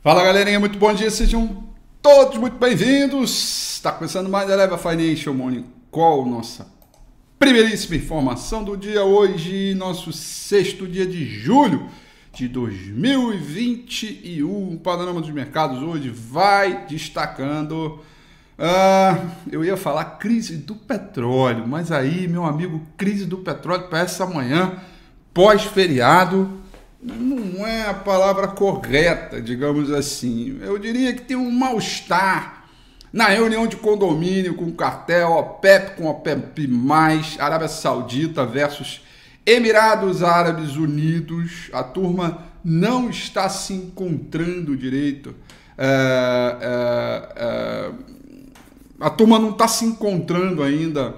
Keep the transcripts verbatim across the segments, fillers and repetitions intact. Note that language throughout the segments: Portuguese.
Fala galerinha, muito bom dia, sejam todos muito bem-vindos. Está começando mais a Eleva Financial Morning Call, nossa primeiríssima informação do dia hoje, nosso sexto dia de julho de dois mil e vinte e um. O panorama dos mercados hoje vai destacando. Ah, eu ia falar crise do petróleo, mas aí, meu amigo, crise do petróleo para essa manhã, pós-feriado, não é a palavra correta, digamos assim. Eu diria que tem um mal-estar na reunião de condomínio com o cartel, OPEP com OPEP+, Arábia Saudita versus Emirados Árabes Unidos. A turma não está se encontrando direito. É, é, é, a turma não está se encontrando ainda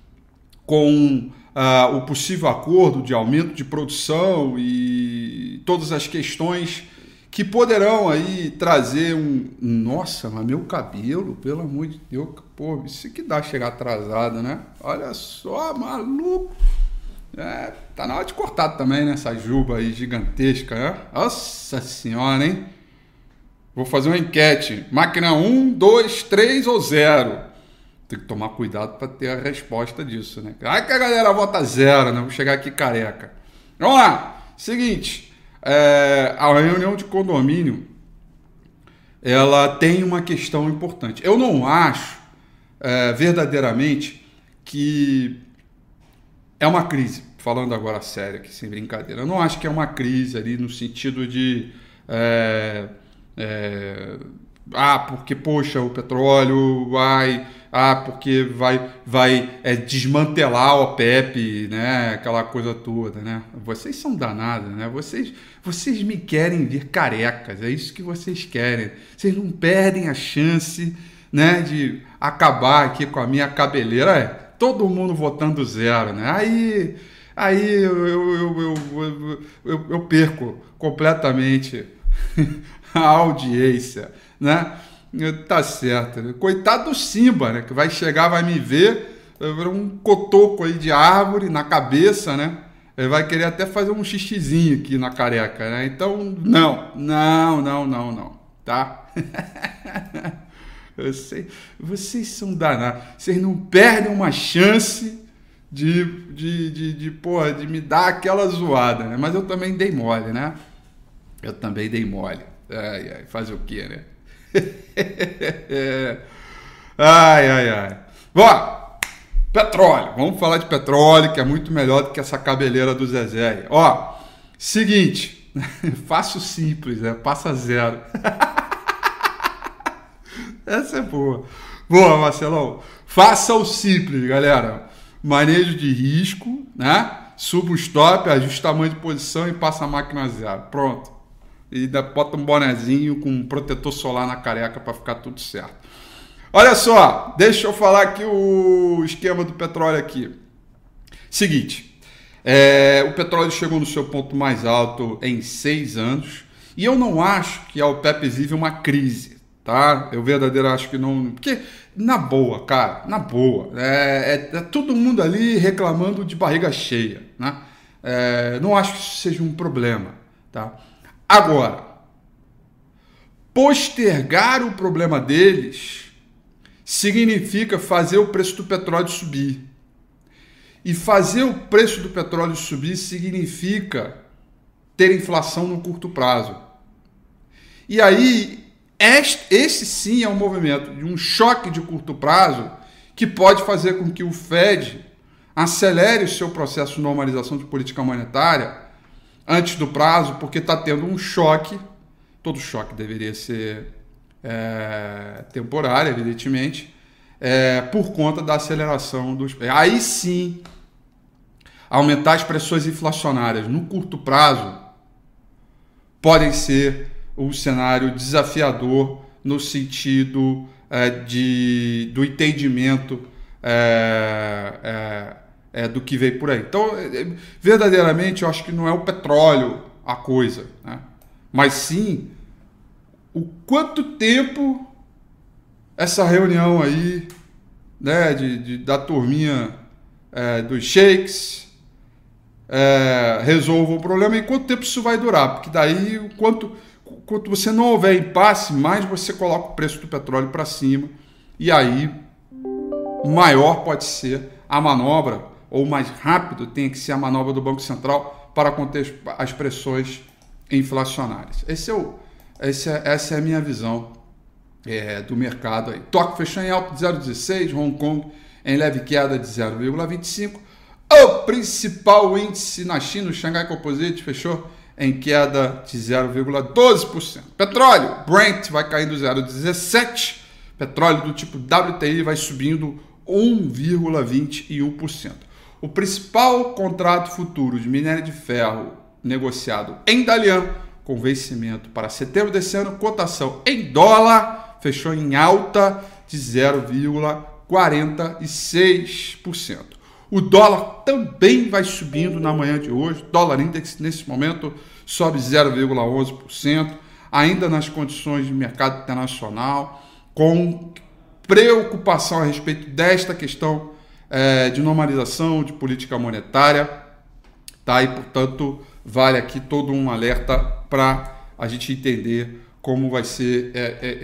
com Uh, o possível acordo de aumento de produção e todas as questões que poderão aí trazer um... Nossa, mas meu cabelo, pelo amor de Deus, pô, isso que dá chegar atrasado, né? Olha só, maluco. É, tá na hora de cortar também, né? Essa juba aí gigantesca, né? Nossa senhora, hein? Vou fazer uma enquete. Máquina um, dois, três ou zero? Tem que tomar cuidado para ter a resposta disso, né? Ai que a galera vota zero, né? Vou chegar aqui careca. Vamos lá. Seguinte, é, a reunião de condomínio, ela tem uma questão importante. Eu não acho é, verdadeiramente que é uma crise, falando agora sério aqui, sem brincadeira. Eu não acho que é uma crise ali no sentido de... É, é, ah, porque, poxa, o petróleo vai... Ah, porque vai, vai é, desmantelar a OPEP, né? Aquela coisa toda, né? Vocês são danados, né? Vocês, vocês me querem ver carecas, é isso que vocês querem. Vocês não perdem a chance, né, de acabar aqui com a minha cabeleira. É, todo mundo votando zero, né? Aí, aí eu, eu, eu, eu, eu, eu perco completamente a audiência, né? Tá certo, né? Coitado do Simba, né? Que vai chegar, vai me ver, um cotoco aí de árvore na cabeça, né? Ele vai querer até fazer um xixizinho aqui na careca, né? Então, não, não, não, não, não, tá? Eu sei, vocês são danados, vocês não perdem uma chance de, de, de, de, porra, de me dar aquela zoada, né? Mas eu também dei mole, né? Eu também dei mole. Ai, ai, fazer o quê, né? ai, ai, ai. Bom, petróleo. Vamos falar de petróleo, que é muito melhor do que essa cabeleira do Zezé. Ó, seguinte, fácil simples, né? Passa zero. Essa é boa. Boa, Marcelão. Faça o simples, galera. Manejo de risco, né? Suba o stop, ajusta o tamanho de posição e passa a máquina zero. Pronto. E bota um bonezinho com um protetor solar na careca para ficar tudo certo. Olha só, deixa eu falar aqui o esquema do petróleo aqui. Seguinte, é, o petróleo chegou no seu ponto mais alto em seis anos e eu não acho que a OPEP vive uma crise, tá? Eu verdadeiramente acho que não... Porque, na boa, cara, na boa, é, é, é todo mundo ali reclamando de barriga cheia, né? É, não acho que isso seja um problema, tá? Agora, postergar o problema deles significa fazer o preço do petróleo subir. E fazer o preço do petróleo subir significa ter inflação no curto prazo. E aí, este, esse sim é um movimento de um choque de curto prazo que pode fazer com que o Fed acelere o seu processo de normalização de política monetária antes do prazo, porque está tendo um choque. Todo choque deveria ser é, temporário, evidentemente, é, por conta da aceleração dos... Aí sim, aumentar as pressões inflacionárias no curto prazo podem ser um cenário desafiador no sentido é, de, do entendimento é, é, É, do que veio por aí. Então, verdadeiramente, eu acho que não é o petróleo a coisa, né? Mas sim o quanto tempo essa reunião aí, né, de, de, da turminha é, dos sheiks é, resolva o problema e quanto tempo isso vai durar, porque daí quanto, quanto você não houver impasse, mais você coloca o preço do petróleo para cima, e aí maior pode ser a manobra, ou mais rápido tem que ser a manobra do Banco Central para conter as pressões inflacionárias. Esse é o, esse é, essa é a minha visão é, do mercado aí. Tóquio fechou em alta de zero vírgula dezesseis, Hong Kong em leve queda de zero vírgula vinte e cinco. O principal índice na China, o Shanghai Composite, fechou em queda de zero vírgula doze por cento. Petróleo, Brent vai caindo zero vírgula dezessete por cento. Petróleo do tipo W T I vai subindo um vírgula vinte e um por cento. O principal contrato futuro de minério de ferro negociado em Dalian, com vencimento para setembro desse ano, cotação em dólar, fechou em alta de zero vírgula quarenta e seis por cento. O dólar também vai subindo na manhã de hoje. Dólar Index, nesse momento, sobe zero vírgula onze por cento, ainda nas condições de mercado internacional, com preocupação a respeito desta questão é, de normalização de política monetária. Tá? E, portanto, vale aqui todo um alerta para a gente entender como vai ser é, é,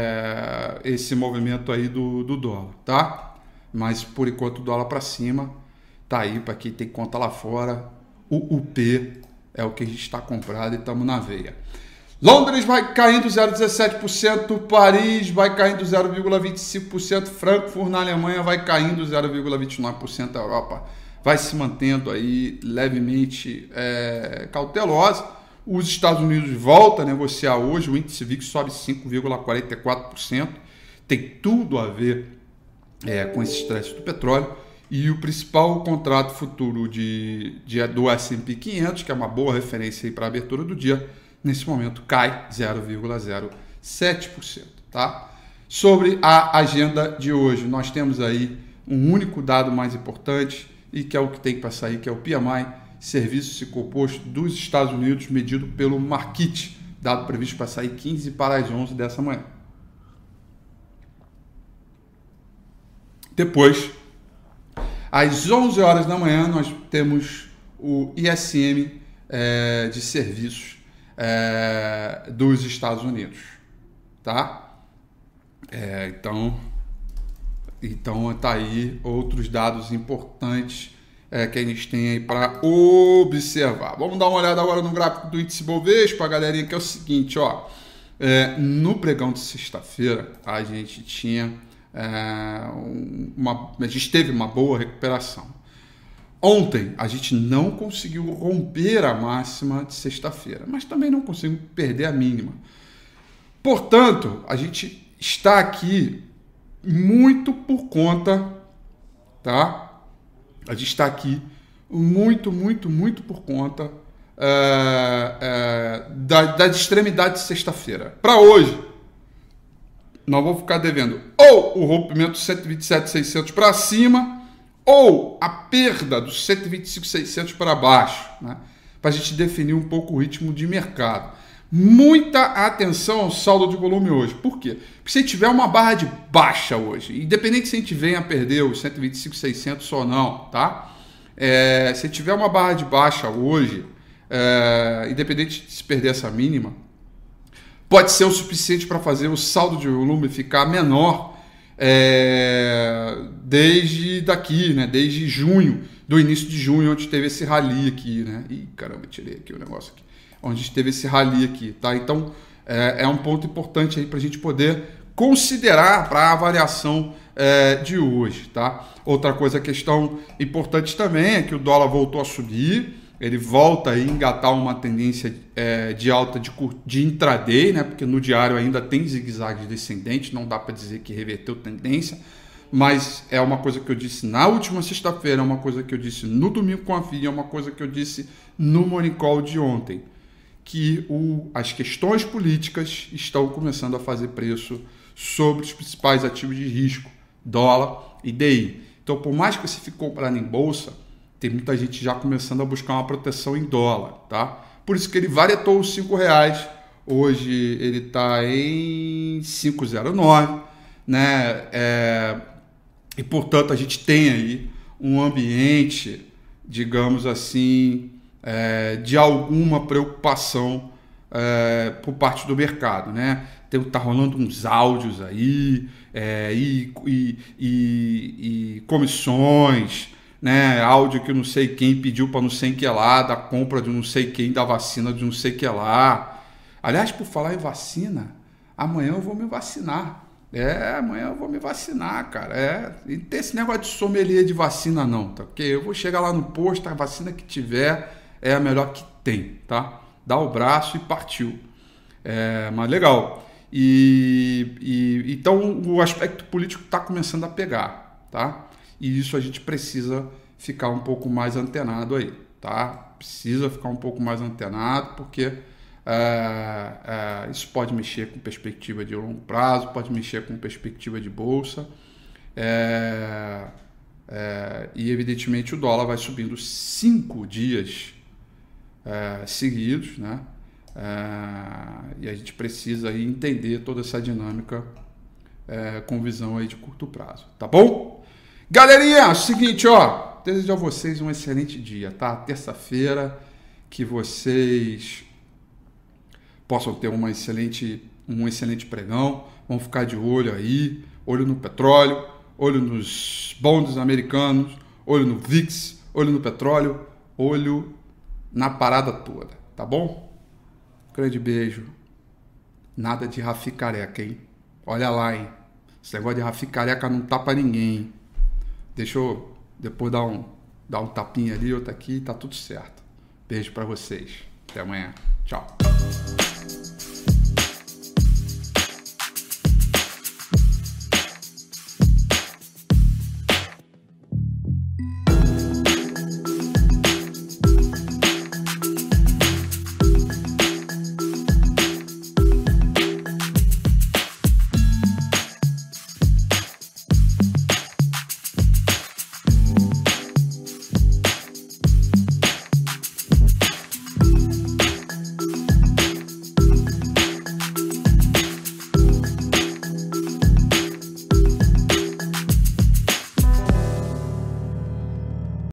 é, esse movimento aí do, do dólar. Tá? Mas, por enquanto, o dólar para cima. Tá aí para quem tem conta lá fora. O U P é o que a gente está comprado e estamos na veia. Londres vai caindo zero vírgula dezessete por cento, Paris vai caindo zero vírgula vinte e cinco por cento, Frankfurt na Alemanha vai caindo zero vírgula vinte e nove por cento, a Europa vai se mantendo aí levemente é, cautelosa. Os Estados Unidos voltam a negociar hoje, o índice V I X sobe cinco vírgula quarenta e quatro por cento, tem tudo a ver é, com esse estresse do petróleo. E o principal contrato futuro de, de, do S e P quinhentos, que é uma boa referência para a abertura do dia, nesse momento cai zero vírgula zero sete por cento. Tá? Sobre a agenda de hoje, nós temos aí um único dado mais importante, e que é o que tem para sair, que é o P M I, Serviço Composto dos Estados Unidos, medido pelo Markit, dado previsto para sair quinze para as onze dessa manhã. Depois, às onze horas da manhã, nós temos o I S M é, de serviços é, dos Estados Unidos, tá? É, então, então, tá aí outros dados importantes é, que a gente tem aí para observar. Vamos dar uma olhada agora no gráfico do índice Bovespa, galerinha, que é o seguinte, ó. É, no pregão de sexta-feira, a gente tinha... É, uma, a gente teve uma boa recuperação. Ontem a gente não conseguiu romper a máxima de sexta-feira, mas também não conseguimos perder a mínima. Portanto, a gente está aqui muito por conta, tá? A gente está aqui muito, muito, muito por conta é, é, da, das extremidades de sexta-feira. Para hoje, nós vamos ficar devendo ou o rompimento dos cento e vinte e sete mil e seiscentos para cima, ou a perda dos cento e vinte e cinco mil e seiscentos para baixo, né? Para a gente definir um pouco o ritmo de mercado. Muita atenção ao saldo de volume hoje. Por quê? Porque se tiver uma barra de baixa hoje, independente se a gente venha a perder os cento e vinte e cinco mil e seiscentos ou não, tá? É, se tiver uma barra de baixa hoje, é, independente de se perder essa mínima, pode ser o suficiente para fazer o saldo de volume ficar menor é, desde daqui, né? Desde junho, do início de junho, onde teve esse rally aqui, né? Ih, caramba, tirei aqui o negócio aqui. Onde teve esse rally aqui, tá? Então, é, é um ponto importante aí para a gente poder considerar para a avaliação é, de hoje, tá? Outra coisa, questão importante também é que o dólar voltou a subir. Ele volta a engatar uma tendência é, de alta de, de intraday, né? Porque no diário ainda tem zigue-zague descendente, não dá para dizer que reverteu tendência, mas é uma coisa que eu disse na última sexta-feira, é uma coisa que eu disse no domingo com a F I A, é uma coisa que eu disse no Morning Call de ontem, que o, as questões políticas estão começando a fazer preço sobre os principais ativos de risco, dólar e D I. Então, por mais que você fique comprando em bolsa, tem muita gente já começando a buscar uma proteção em dólar, tá? Por isso que ele variou os cinco reais. Hoje ele está em cinco vírgula zero nove, né? É, e, portanto, a gente tem aí um ambiente, digamos assim, é, de alguma preocupação é, por parte do mercado, né? Tem, tá rolando uns áudios aí, é, e, e, e, e comissões, né? Áudio que não sei quem pediu para não sei que lá, da compra de não sei quem, da vacina de não sei que lá. Aliás, por falar em vacina, amanhã eu vou me vacinar. É, amanhã eu vou me vacinar, cara. É, e não tem esse negócio de sommelier de vacina não, tá? Porque eu vou chegar lá no posto, a vacina que tiver é a melhor que tem, tá? Dá o braço e partiu. É, mas legal. E, e então o aspecto político está começando a pegar, tá? E isso a gente precisa ficar um pouco mais antenado aí, tá? Precisa ficar um pouco mais antenado, porque é, é, isso pode mexer com perspectiva de longo prazo, pode mexer com perspectiva de bolsa, é, é, e evidentemente o dólar vai subindo cinco dias é, seguidos, né? É, e a gente precisa aí entender toda essa dinâmica é, com visão aí de curto prazo, tá bom? Galerinha, é o seguinte, ó, desejo a vocês um excelente dia, tá? Terça-feira, que vocês possam ter uma excelente, um excelente pregão, vão ficar de olho aí, olho no petróleo, olho nos bonds americanos, olho no V I X, olho no petróleo, olho na parada toda, tá bom? Grande beijo. Nada de Rafi Careca, hein? Olha lá, hein? Esse negócio de Rafi Careca não tá pra ninguém, hein? Deixa eu depois dar um, dar um tapinha ali, outro aqui, tá tudo certo. Beijo pra vocês. Até amanhã. Tchau.